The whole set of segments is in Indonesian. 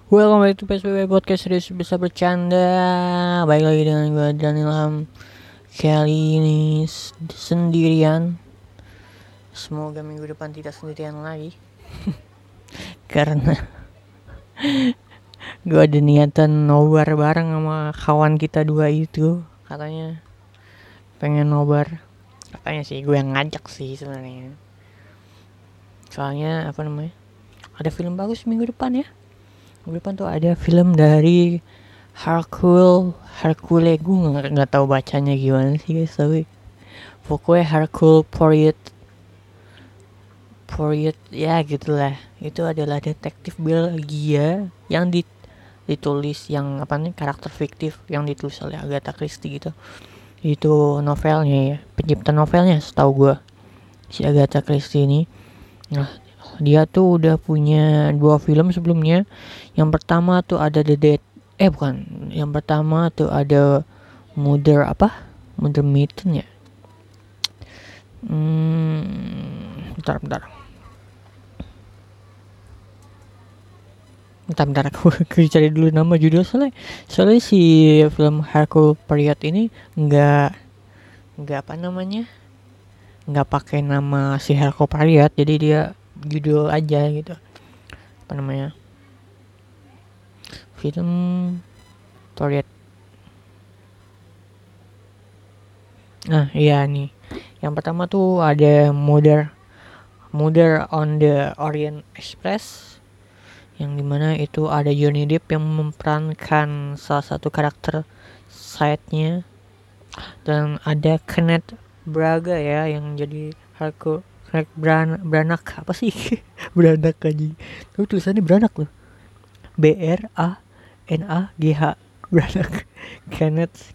Welcome back to PSBB Podcast, serius bisa bercanda. Baik lagi dengan gue dan Ilham. Kali ini sendirian. Semoga minggu depan tidak sendirian lagi. Karena gue ada niatan nobar bareng sama kawan kita dua itu. Katanya pengen nobar. Katanya sih gue yang ngajak sih sebenarnya. Soalnya ada film bagus minggu depan ya. Minggu depan tuh ada film dari Hercule, gue nggak tahu bacanya gimana sih guys, tapi pokoknya Hercule Poirot ya gitulah. Itu adalah detektif Belgia yang ditulis yang karakter fiktif yang ditulis oleh Agatha Christie gitu. Itu novelnya ya, pencipta novelnya setahu gue si Agatha Christie ini. Nah, dia tuh udah punya 2 film sebelumnya. Yang pertama tuh ada yang pertama tuh ada Mother Mitten ya. Bentar. Aku cari dulu nama judul soalnya si film Hercule Poirot ini nggak nggak pakai nama si Hercule Poirot, jadi dia judul aja gitu. Film Poirot. Nah iya nih, yang pertama tuh ada Mother on the Orient Express, yang dimana itu ada Johnny Depp yang memerankan salah satu karakter side-nya, dan ada Kenneth Branagh ya yang jadi Hercule. Branagh apa sih? Branagh aja, tapi tulisannya Branagh loh, Branagh. Branagh. Kenneth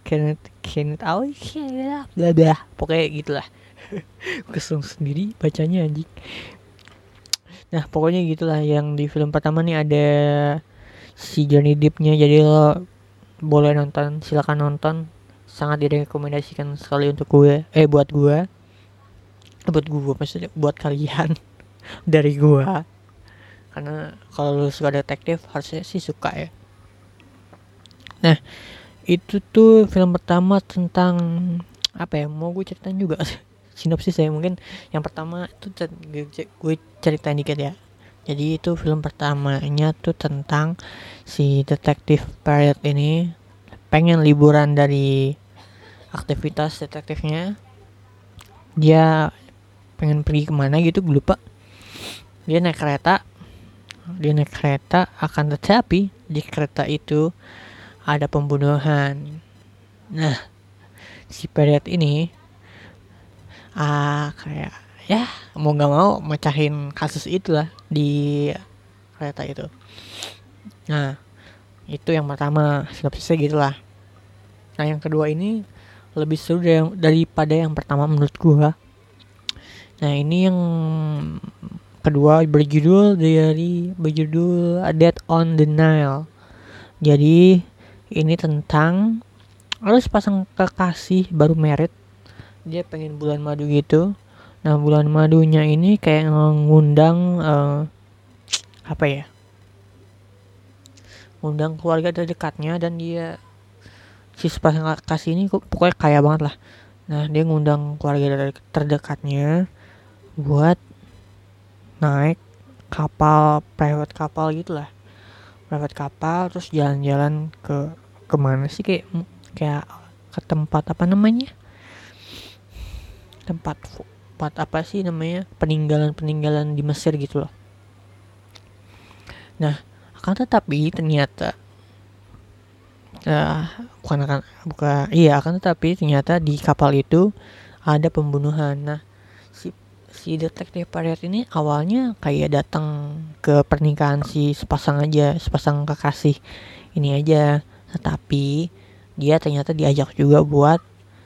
pokoknya gitulah. Kesel sendiri bacanya anjing. Nah pokoknya gitulah, yang di film pertama nih ada si Johnny Depp-nya, jadi lo boleh nonton, silakan nonton, sangat direkomendasikan sekali untuk gue, buat gue maksudnya buat kalian dari gue, karena kalau lo suka detektif harusnya sih suka ya. Nah itu tuh film pertama tentang mau gue ceritain juga sinopsis ya. Mungkin yang pertama itu gue ceritain dikit ya. Jadi itu film pertamanya tuh tentang si detektif Poirot ini pengen liburan dari aktivitas detektifnya. Dia pengen pergi kemana gitu, gue lupa. Dia naik kereta, akan tetapi di kereta itu ada pembunuhan. Nah si Poirot ini kayak ya mau nggak mau mecahin kasus itulah di kereta itu. Nah itu yang pertama, sinopsisnya gitulah. Nah yang kedua ini lebih seru daripada yang pertama menurut gua. Nah ini yang kedua berjudul Death on the Nile. Jadi ini tentang sepasang kekasih baru married, dia pengen bulan madu gitu. Nah bulan madunya ini kayak ngundang ngundang keluarga terdekatnya, dan dia si sepasang kekasih ini pokoknya kaya banget lah. Nah dia ngundang keluarga terdekatnya buat naik private kapal gitulah, terus jalan-jalan ke kemana sih, kayak ke tempat tempat apa sih namanya, peninggalan di Mesir gitu loh. Nah akan tetapi ternyata ternyata di kapal itu ada pembunuhan. Nah si detektif Poirot ini awalnya kayak datang ke pernikahan si sepasang kekasih ini aja, tetapi dia ternyata diajak juga buat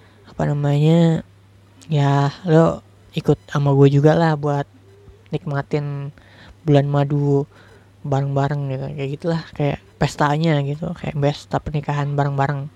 ya lo ikut sama gue juga lah buat nikmatin bulan madu bareng-bareng gitu, kayak gitulah, kayak pestanya gitu, kayak pesta pernikahan bareng-bareng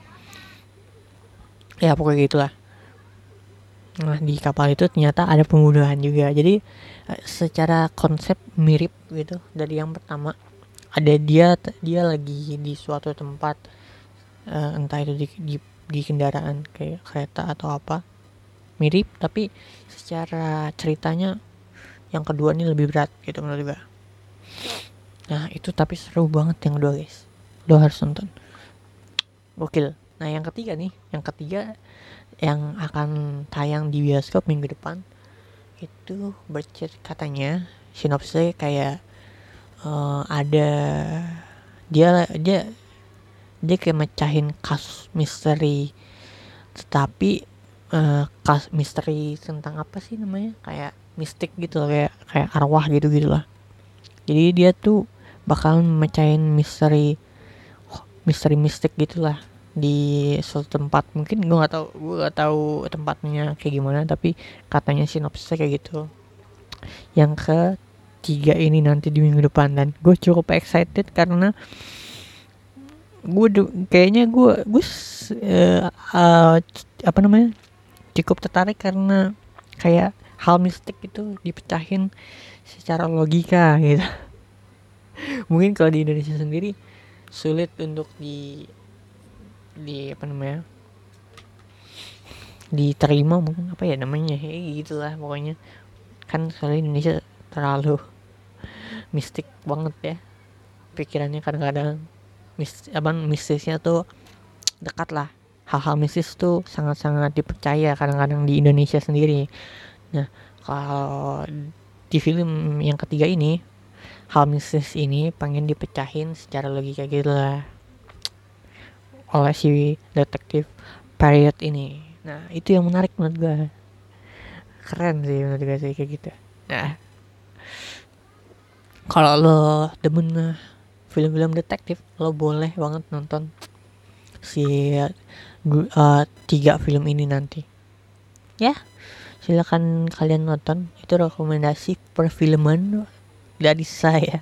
ya pokoknya gitulah. Nah di kapal itu ternyata ada pembunuhan juga, jadi secara konsep mirip gitu dari yang pertama. ada dia lagi di suatu tempat, entah itu di kendaraan kayak kereta atau apa, mirip, tapi secara ceritanya yang kedua ini lebih berat gitu menurut gue. Nah itu tapi seru banget yang kedua guys, lo harus nonton, gokil. Nah yang ketiga yang akan tayang di bioskop minggu depan itu katanya sinopsisnya kayak ada dia dia dia kayak mecahin kasus misteri, tetapi kasus misteri tentang apa sih namanya, kayak mistik gitu loh, kayak arwah gitu gitulah. Jadi dia tuh bakalan mecahin misteri mistik gitulah di suatu tempat. Mungkin gue nggak tahu tempatnya kayak gimana, tapi katanya sinopsisnya kayak gitu. Yang ketiga ini nanti di minggu depan, dan gue cukup excited karena kayaknya gue apa namanya, cukup tertarik karena kayak hal mistik itu dipecahin secara logika gitu. Mungkin kalau di Indonesia sendiri sulit untuk di apa namanya, diterima, mungkin apa ya namanya, gitulah pokoknya. Kan soalnya Indonesia terlalu mistik banget ya pikirannya, kadang-kadang mistisnya tuh dekat lah, hal-hal mistis tuh sangat-sangat dipercaya kadang-kadang di Indonesia sendiri. Nah kalau di film yang ketiga ini, hal mistis ini pengen dipecahin secara logika gitu lah oleh si detektif period ini. Nah itu yang menarik menurut gue, keren sih menurut gue sih kayak gitu. Nah kalau lo demen film-film detektif, lo boleh banget nonton si 3 film ini nanti ya. Silakan kalian nonton, itu rekomendasi perfilman dari saya.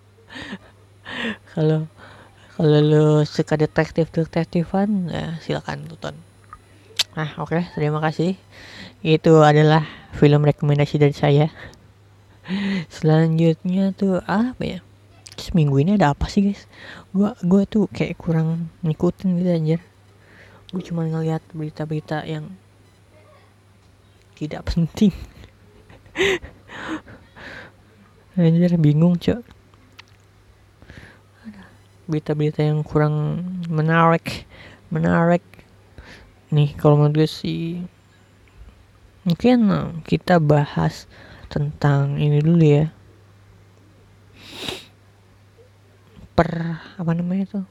Kalau lo suka detektifan, ya silakan tonton. Nah oke, terima kasih. Itu adalah film rekomendasi dari saya. Selanjutnya tuh apa ya, seminggu ini ada apa sih guys? Gua tuh kayak kurang ngikutin gitu anjir. Gue cuma ngeliat berita-berita yang tidak penting. Anjir bingung cok, berita-berita yang kurang menarik nih. Kalau menurut gue sih mungkin kita bahas tentang ini dulu ya, apa namanya tuh,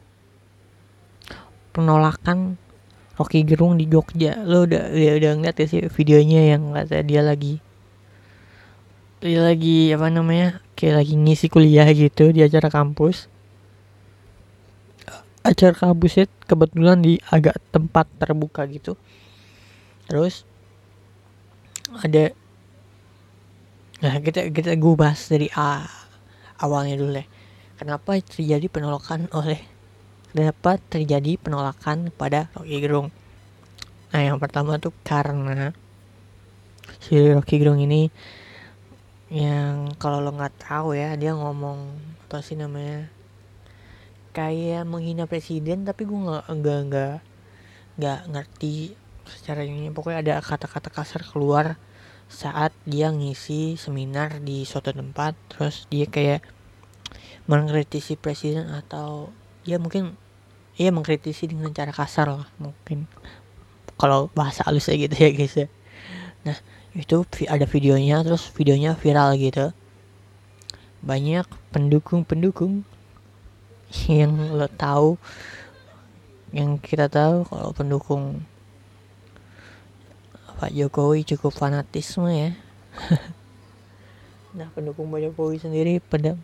penolakan Rocky Gerung di Jogja. Lo udah ngeliat ya sih videonya yang kata dia lagi apa namanya, kayak lagi ngisi kuliah gitu di acara kampusnya kebetulan di agak tempat terbuka gitu. Terus ada, nah kita gue bahas dari awalnya dulu deh. Kenapa terjadi penolakan pada Rocky Gerung? Nah yang pertama tuh karena si Rocky Gerung ini, yang kalau lo nggak tahu ya, dia ngomong apa sih namanya, kayak menghina presiden, tapi gue nggak ngerti secara ini. Pokoknya ada kata-kata kasar keluar saat dia ngisi seminar di suatu tempat. Terus dia kayak mengkritisi presiden, atau ya mungkin mengkritisi dengan cara kasar lah mungkin, kalau bahasa halusnya gitu ya guys ya. Nah itu ada videonya, terus videonya viral gitu. Banyak pendukung yang lo tahu, yang kita tahu kalau pendukung Pak Jokowi cukup fanatisme ya. Nah pendukung Pak Jokowi sendiri pada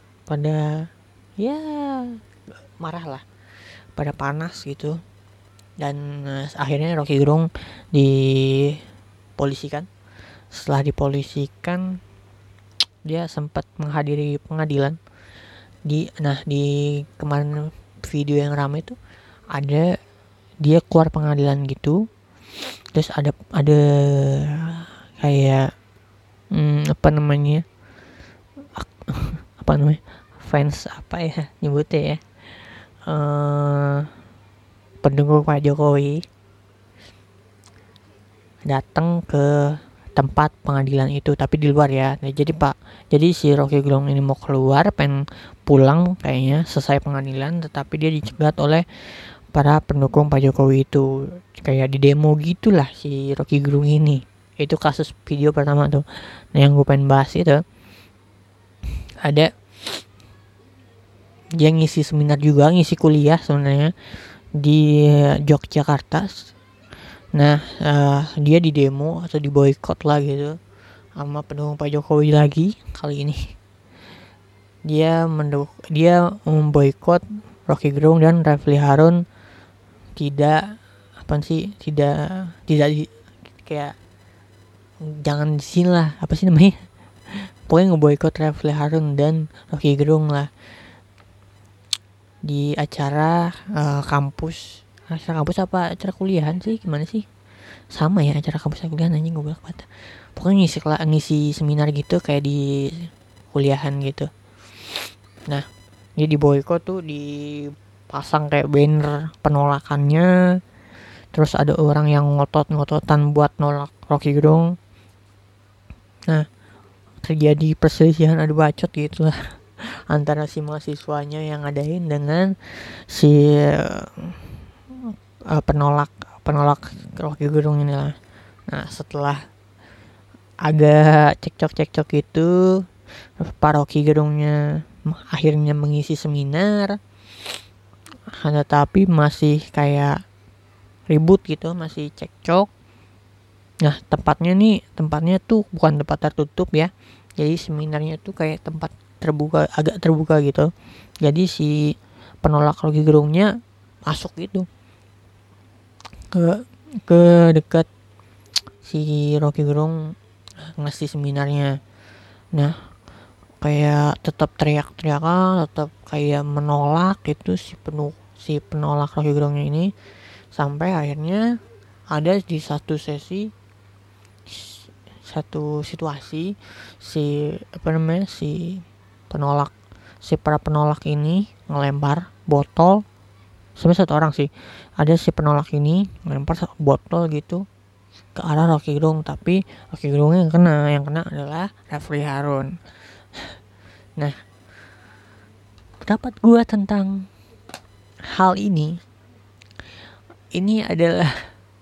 ya marah lah, pada panas gitu. Dan akhirnya Rocky Gerung dipolisikan. Setelah dipolisikan, dia sempat menghadiri pengadilan. Di kemarin video yang ramai itu ada dia keluar pengadilan gitu. Terus ada kayak apa namanya fans apa ya nyebutnya ya, pendukung Pak Jokowi datang ke tempat pengadilan itu, tapi di luar ya. Nah, jadi si Rocky Gerung ini mau keluar, pengen pulang kayaknya selesai pengadilan, tetapi dia dicegat oleh para pendukung Pak Jokowi itu, kayak di demo gitulah si Rocky Gerung ini. Itu kasus video pertama tuh. Nah, yang gue pengen bahas itu ada dia ngisi seminar juga, ngisi kuliah sebenarnya di Yogyakarta. Nah, dia di demo atau di boykot lah gitu sama pendukung Pak Jokowi lagi kali ini. Dia memboikot Rocky Gerung dan Refly Harun tidak kayak jangan di sini lah, apa sih namanya, pokoknya ngeboikot Refly Harun dan Rocky Gerung lah di acara kampus apa acara kuliahan sih, gimana sih, sama ya acara kampus kuliahan, anjing gue bilang kata, pokoknya ngisi seminar gitu kayak di kuliahan gitu. Nah, dia diboikot tuh, dipasang kayak banner penolakannya, terus ada orang yang ngotot-ngototan buat nolak Rocky Gerung. Nah, terjadi perselisihan adu bacot gitu lah antara si mahasiswanya yang ngadain dengan si penolak Rocky Gerung ini lah. Nah, setelah ada cekcok itu, Pak Rocky Gerungnya akhirnya mengisi seminar, tetapi masih kayak ribut gitu, masih cekcok. Nah, tempatnya tuh bukan tempat tertutup ya, jadi seminarnya tuh kayak tempat terbuka, agak terbuka gitu. Jadi si penolak Rocky Gerungnya masuk gitu ke dekat si Rocky Gerung ngasih seminarnya. Nah, kayak tetap teriak-teriakan, tetap kayak menolak itu si penolak Rocky Gerungnya ini, sampai akhirnya ada di satu situasi si para penolak ini ngelempar botol. Sebenarnya satu orang sih, ada si penolak ini ngelempar botol gitu ke arah Rocky Gerung, tapi Rocky Gerungnya yang kena adalah Refly Harun. Nah, pendapat gue tentang hal ini adalah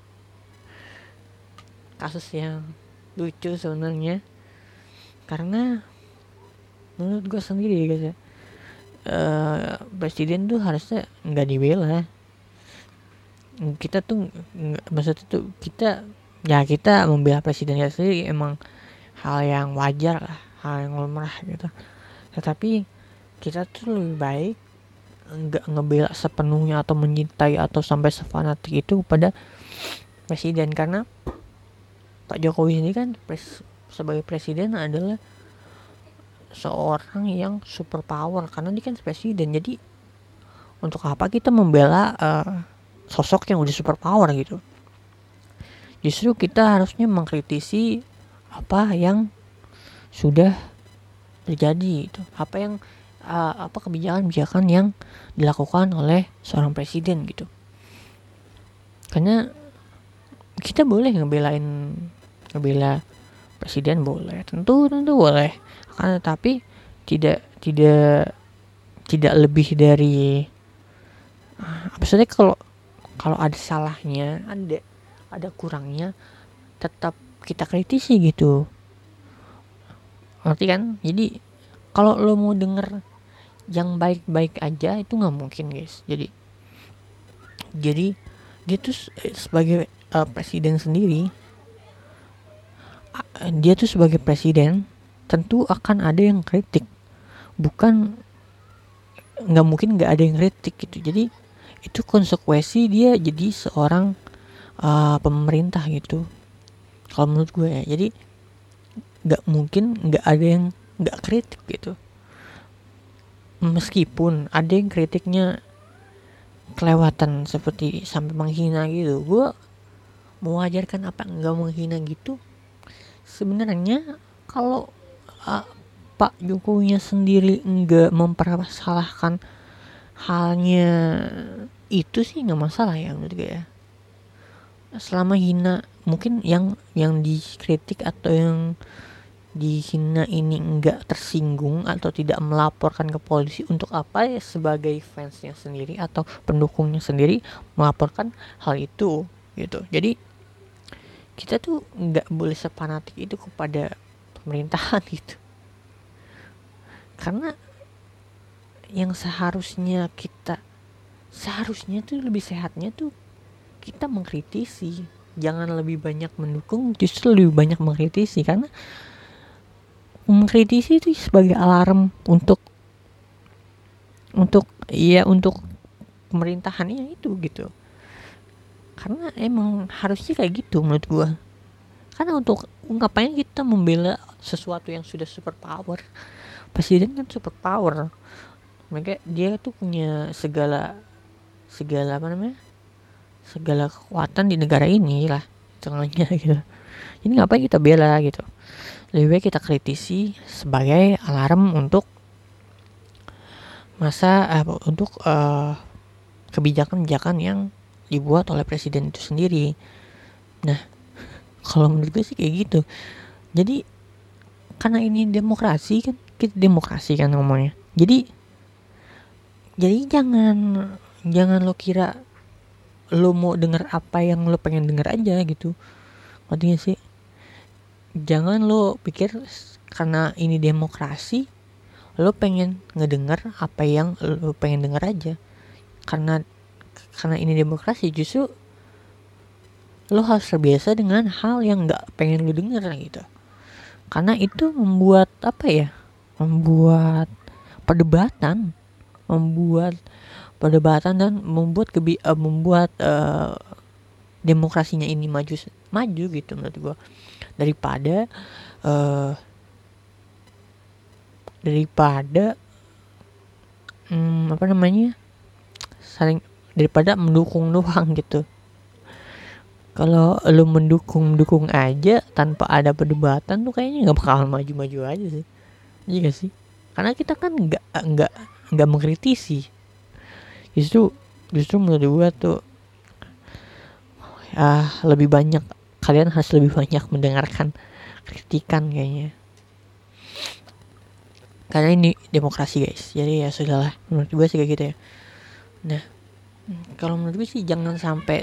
kasus yang lucu sebenarnya, karena menurut gue sendiri guys ya, presiden tuh harusnya nggak dibela. Kita tuh maksudnya tuh kita membela presiden ya sendiri emang hal yang wajar lah, hal yang lumrah gitu. Tetapi kita tuh lebih baik nggak ngebela sepenuhnya atau mencintai atau sampai sefanatik itu kepada presiden, karena Pak Jokowi ini kan sebagai presiden adalah seorang yang super power, karena dia kan presiden. Jadi untuk apa kita membela sosok yang udah super power gitu? Justru kita harusnya mengkritisi apa yang sudah terjadi itu, apa kebijakan yang dilakukan oleh seorang presiden gitu. Karena kita boleh ngebela presiden, boleh, tentu boleh, karena tapi tidak lebih dari maksudnya kalau ada salahnya, ada kurangnya, tetap kita kritisi gitu, ngerti kan? Jadi kalau lo mau denger yang baik-baik aja itu nggak mungkin guys. Jadi dia tuh sebagai presiden sendiri, dia tuh sebagai presiden tentu akan ada yang kritik, bukan nggak mungkin nggak ada yang kritik gitu. Jadi itu konsekuensi dia jadi seorang pemerintah gitu kalau menurut gue ya. Jadi nggak mungkin nggak ada yang nggak kritik gitu, meskipun ada yang kritiknya kelewatan seperti sampai menghina gitu. Gue mewajarkan apa nggak menghina gitu sebenarnya. Kalau Pak Jokowinya sendiri nggak mempermasalahkan halnya itu sih nggak masalah ya menurut gue ya. Selama hina, mungkin yang dikritik atau yang dihina ini enggak tersinggung atau tidak melaporkan ke polisi, untuk apa ya sebagai fansnya sendiri atau pendukungnya sendiri melaporkan hal itu gitu. Jadi kita tuh nggak boleh sepanatik itu kepada pemerintahan gitu, karena yang seharusnya tuh lebih sehatnya tuh kita mengkritisi, jangan lebih banyak mendukung, justru lebih banyak mengkritisi, karena mengkritisi itu sebagai alarm untuk pemerintahannya itu gitu. Karena emang harusnya kayak gitu menurut gua. Karena untuk ngapain kita membela sesuatu yang sudah super power? Presiden kan super power. Mereka dia tuh punya segala segala kekuatan di negara ini lah tengahnya gitu. Ini ngapain kita bela gitu? Lebih baik kita kritisi sebagai alarm untuk kebijakan-kebijakan yang dibuat oleh presiden itu sendiri. Nah, kalau menurut gue sih kayak gitu. Jadi karena ini demokrasi kan, kita demokrasi kan ngomongnya. Jadi jangan lo kira lo mau denger apa yang lo pengen denger aja gitu. Artinya sih, jangan lo pikir karena ini demokrasi lo pengen ngedenger apa yang lo pengen denger aja. Karena ini demokrasi, justru lo harus terbiasa dengan hal yang nggak pengen lo denger gitu. Karena itu membuat perdebatan dan membuat demokrasinya ini maju gitu menurut gue, daripada daripada mendukung doang gitu. Kalau lu mendukung aja tanpa ada perdebatan tuh kayaknya nggak bakalan maju aja sih. Iya gak sih? Karena kita kan nggak mengkritisi. Justru menurut gua tuh kalian harus lebih banyak mendengarkan kritikan kayaknya. Karena ini demokrasi guys. Jadi ya sudahlah, menurut gua sih kayak gitu ya. Nah, kalau menurut gue sih jangan sampai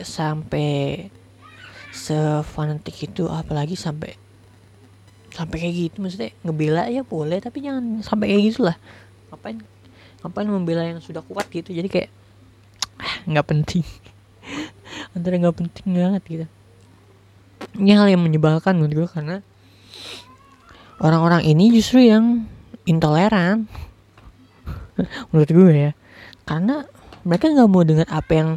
sefanatik itu, apalagi sampai kayak gitu. Maksudnya ngebela ya boleh, tapi jangan sampai kayak gitulah. Ngapain membela yang sudah kuat gitu. Jadi kayak nggak penting. Antara nggak penting banget gitu. Ini hal yang menyebalkan menurut gue, karena orang-orang ini justru yang intoleran menurut gue ya. Karena mereka nggak mau dengar apa yang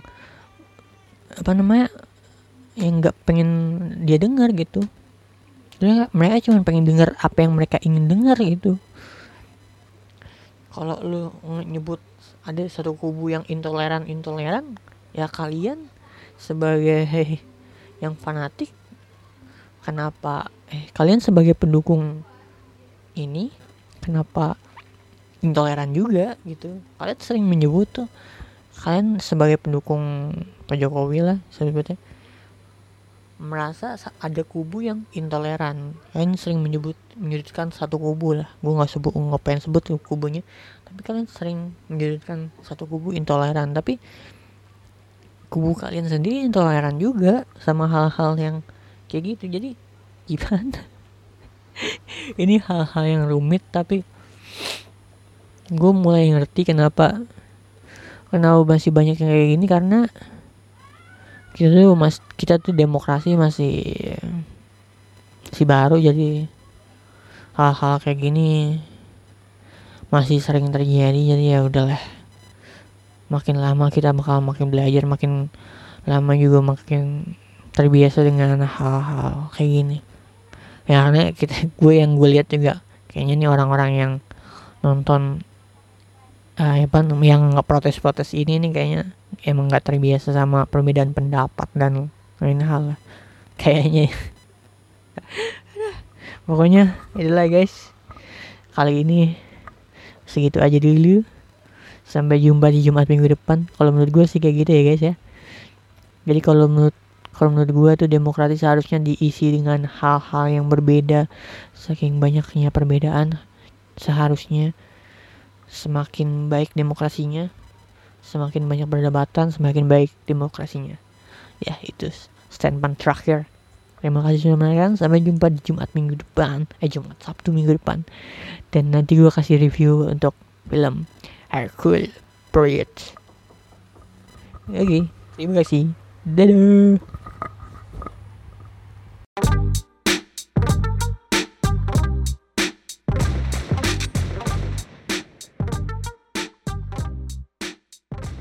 nggak pengen dia dengar gitu. Mereka cuma pengen dengar apa yang mereka ingin dengar gitu. Kalau lu nyebut ada satu kubu yang intoleran, ya kalian sebagai yang fanatik, kenapa kalian sebagai pendukung ini kenapa intoleran juga gitu? Kalian sering menyebut tuh, kalian sebagai pendukung Pak Jokowi lah sebetulnya merasa ada kubu yang intoleran. Kalian sering menyudutkan satu kubu lah. Gue nggak pengen sebut kubunya, tapi kalian sering menyudutkan satu kubu intoleran. Tapi kubu kalian sendiri intoleran juga sama hal-hal yang kayak gitu. Jadi gimana? Ini hal-hal yang rumit, tapi gue mulai ngerti kenapa masih banyak yang kayak gini. Karena kita tuh demokrasi masih baru, jadi hal-hal kayak gini masih sering terjadi. Jadi ya udahlah, makin lama kita bakal makin belajar, makin lama juga makin terbiasa dengan hal-hal kayak gini ya. Karena gue lihat juga kayaknya nih orang-orang yang nonton yang ngeprotes ini nih kayaknya emang nggak terbiasa sama perbedaan pendapat dan lain hal kayaknya. Pokoknya itulah guys, kali ini segitu aja dulu. Sampai jumpa di Jumat minggu depan. Kalau menurut gue sih kayak gitu ya guys ya. Jadi kalau menurut gue tuh demokrasi seharusnya diisi dengan hal-hal yang berbeda. Saking banyaknya perbedaan, seharusnya semakin baik demokrasinya, semakin banyak perdebatan, semakin baik demokrasinya. Ya itu statement terakhir. Terima kasih sudah menonton. Sampai jumpa di Jumat minggu depan. Sabtu minggu depan. Dan nanti gue kasih review untuk film Hercule Poirot. Oke, terima kasih. Dadah.